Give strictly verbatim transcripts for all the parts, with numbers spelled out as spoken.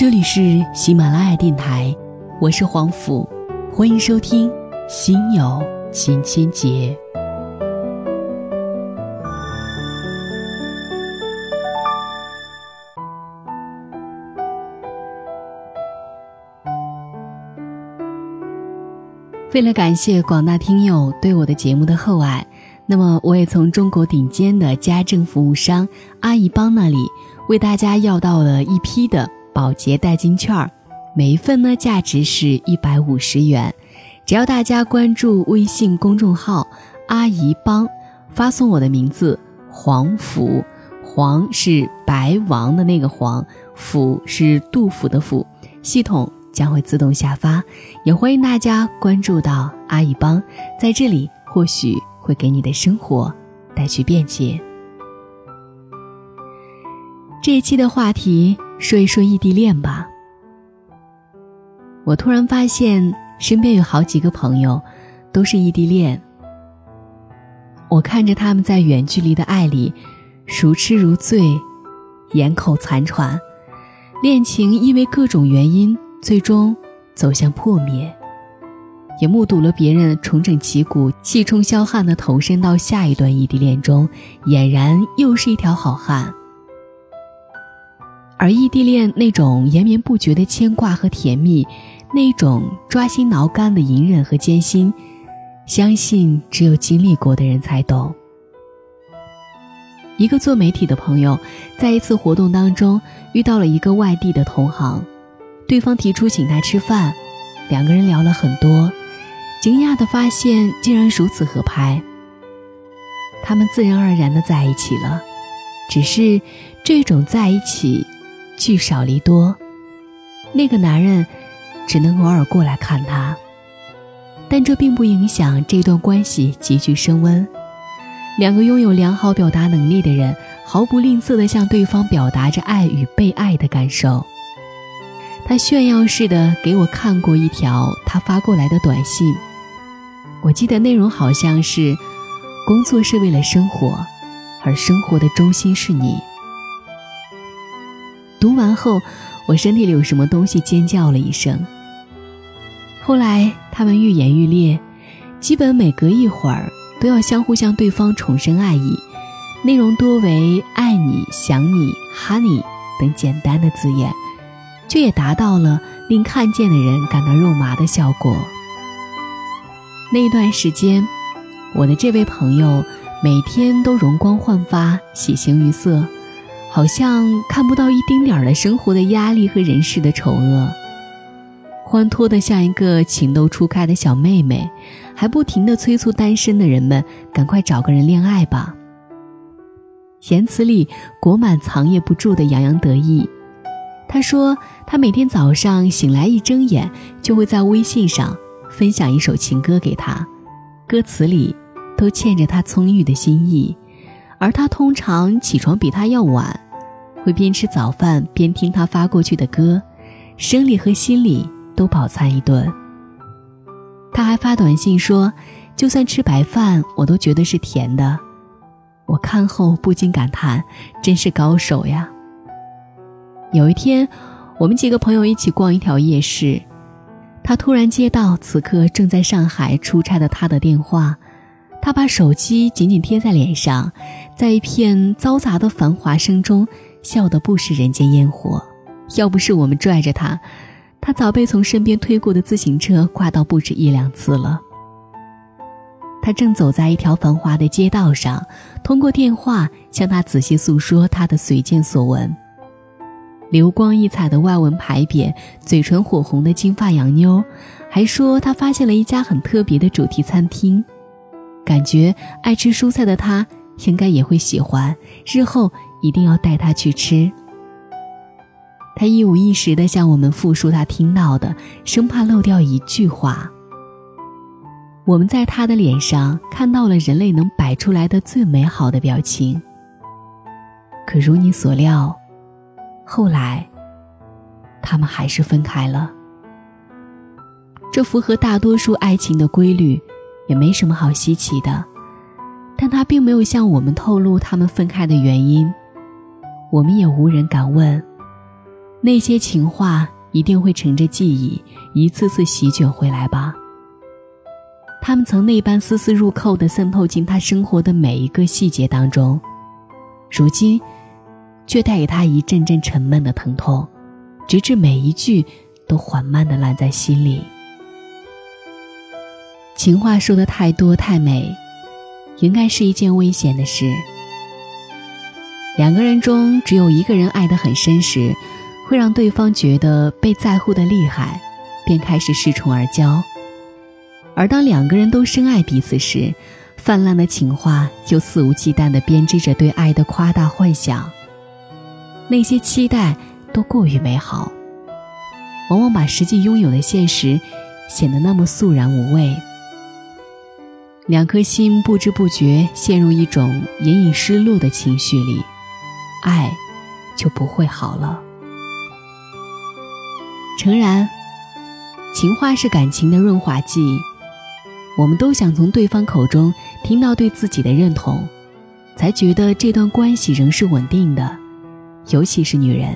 这里是喜马拉雅电台，我是黄甫，欢迎收听心有千千结。为了感谢广大听友对我的节目的厚爱，那么我也从中国顶尖的家政服务商阿姨帮那里为大家要到了一批的保洁代金券，每一份呢价值是一百五十元。只要大家关注微信公众号阿姨帮，发送我的名字黄甫，黄是白王的那个黄，甫是杜甫的甫，系统将会自动下发。也欢迎大家关注到阿姨帮，在这里或许会给你的生活带去便捷。这一期的话题说一说异地恋吧。我突然发现身边有好几个朋友都是异地恋，我看着他们在远距离的爱里如痴如醉，掩口残喘，恋情因为各种原因最终走向破灭，也目睹了别人重整旗鼓，气冲霄汉地投身到下一段异地恋中，俨然又是一条好汉。而异地恋那种延绵不绝的牵挂和甜蜜，那种抓心挠肝的隐忍和艰辛，相信只有经历过的人才懂。一个做媒体的朋友在一次活动当中遇到了一个外地的同行，对方提出请他吃饭，两个人聊了很多，惊讶地发现竟然如此合拍。他们自然而然地在一起了，只是这种在一起聚少离多，那个男人只能偶尔过来看他，但这并不影响这段关系急剧升温。两个拥有良好表达能力的人毫不吝啬地向对方表达着爱与被爱的感受。他炫耀似的给我看过一条他发过来的短信，我记得内容好像是：工作是为了生活，而生活的中心是你。读完后，我身体里有什么东西尖叫了一声。后来他们愈演愈烈，基本每隔一会儿都要相互向对方重申爱意，内容多为爱你、想你、哈你等简单的字眼，这也达到了令看见的人感到肉麻的效果。那一段时间，我的这位朋友每天都容光焕发，喜形于色，好像看不到一丁点儿的生活的压力和人世的丑恶，欢脱得像一个情窦初开的小妹妹，还不停地催促单身的人们赶快找个人恋爱吧。言辞里裹满藏掖不住的洋洋得意。他说他每天早上醒来一睁眼就会在微信上分享一首情歌给他，歌词里都嵌着他葱郁的心意，而他通常起床比他要晚，会边吃早饭边听他发过去的歌，生理和心理都饱餐一顿。他还发短信说，就算吃白饭我都觉得是甜的。我看后不禁感叹，真是高手呀。有一天，我们几个朋友一起逛一条夜市，他突然接到此刻正在上海出差的他的电话，他把手机紧紧贴在脸上，在一片嘈杂的繁华声中笑得不食人间烟火。要不是我们拽着他，他早被从身边推过的自行车刮到不止一两次了。他正走在一条繁华的街道上，通过电话向他仔细诉说他的所见所闻。流光溢彩的外文牌匾，嘴唇火红的金发洋妞，还说他发现了一家很特别的主题餐厅，感觉爱吃蔬菜的他应该也会喜欢，日后一定要带他去吃。他一五一十地向我们复述他听到的，生怕漏掉一句话。我们在他的脸上看到了人类能摆出来的最美好的表情。可如你所料，后来他们还是分开了。这符合大多数爱情的规律，也没什么好稀奇的，但他并没有向我们透露他们分开的原因，我们也无人敢问。 那些情话一定会乘着记忆一次次席卷回来吧。他们曾那般丝丝入扣地渗透进他生活的每一个细节当中，如今却带给他一阵阵沉闷的疼痛，直至每一句都缓慢地烂在心里。情话说得太多太美，应该是一件危险的事。两个人中只有一个人爱得很深时，会让对方觉得被在乎的厉害，便开始恃宠而骄。而当两个人都深爱彼此时，泛滥的情话又肆无忌惮地编织着对爱的夸大幻想，那些期待都过于美好，往往把实际拥有的现实显得那么肃然无味。两颗心不知不觉陷入一种隐隐失落的情绪里，爱就不会好了。诚然，情话是感情的润滑剂，我们都想从对方口中听到对自己的认同，才觉得这段关系仍是稳定的，尤其是女人。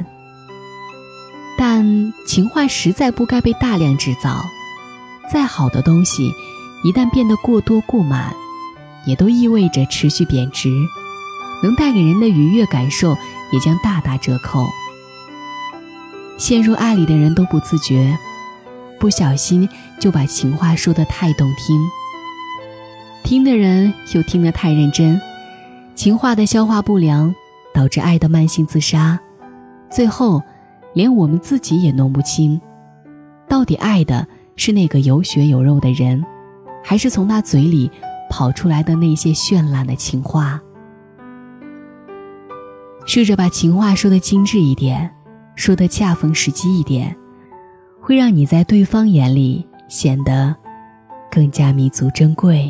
但情话实在不该被大量制造，再好的东西一旦变得过多过满，也都意味着持续贬值，能带给人的愉悦感受也将大打折扣。陷入爱里的人都不自觉，不小心就把情话说得太动听，听的人又听得太认真，情话的消化不良导致爱的慢性自杀，最后连我们自己也弄不清，到底爱的是那个有血有肉的人，还是从他嘴里跑出来的那些绚烂的情话。试着把情话说得精致一点，说得恰逢时机一点，会让你在对方眼里显得更加弥足珍贵。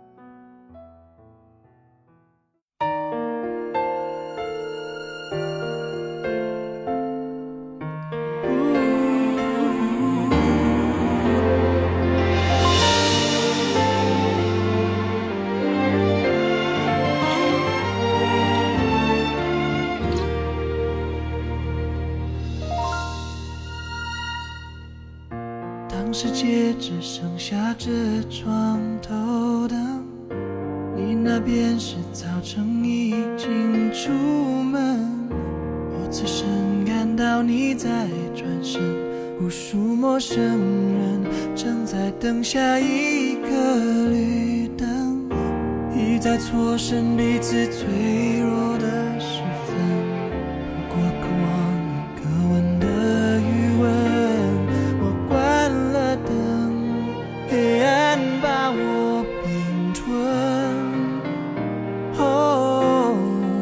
当世界只剩下这床头灯，你那边是早晨已经出门，我此生感到你在转身，无数陌生人正在等下一个绿灯，一再错身彼此脆弱的时分，不过渴望一个吻的余温。黑暗把我并吞，哦，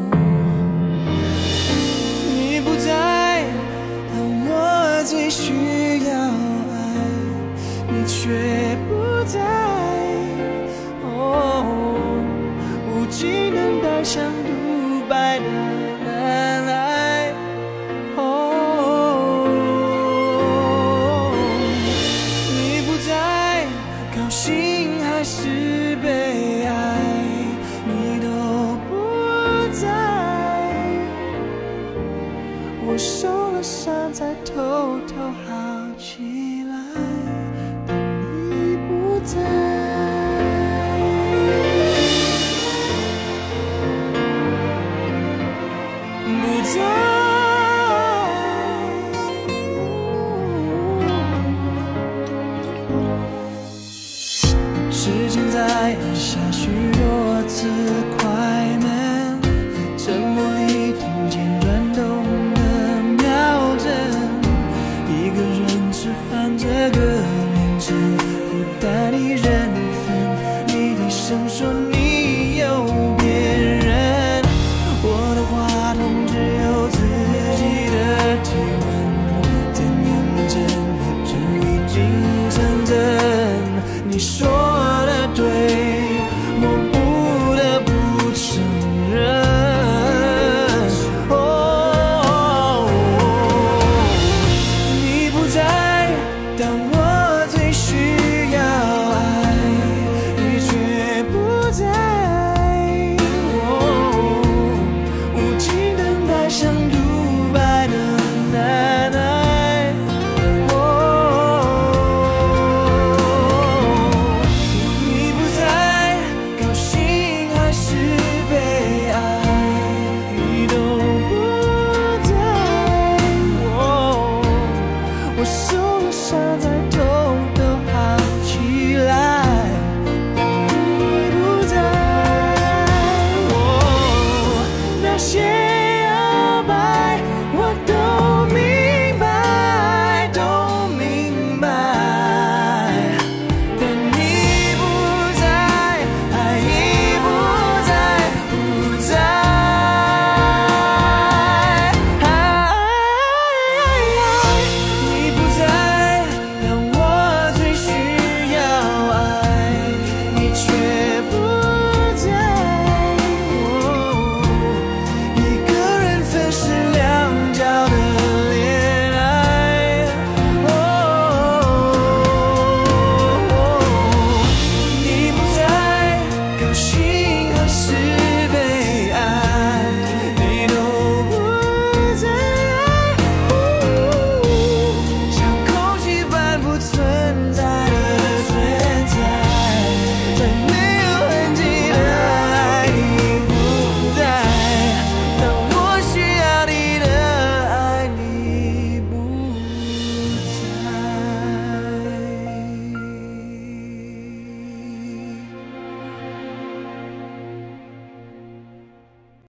你不在，当我最需要爱，你却不在，哦，无技能带上独白的难爱，哦，你不在，高兴还是被爱，你都不在，我受了伤才偷偷好起来，但你不在，不在。时间在按下许多次快门，沉默里听见转动的秒针，一个人吃饭这个凌晨，不带你人分，你低声说你有别人，我的话筒只有存在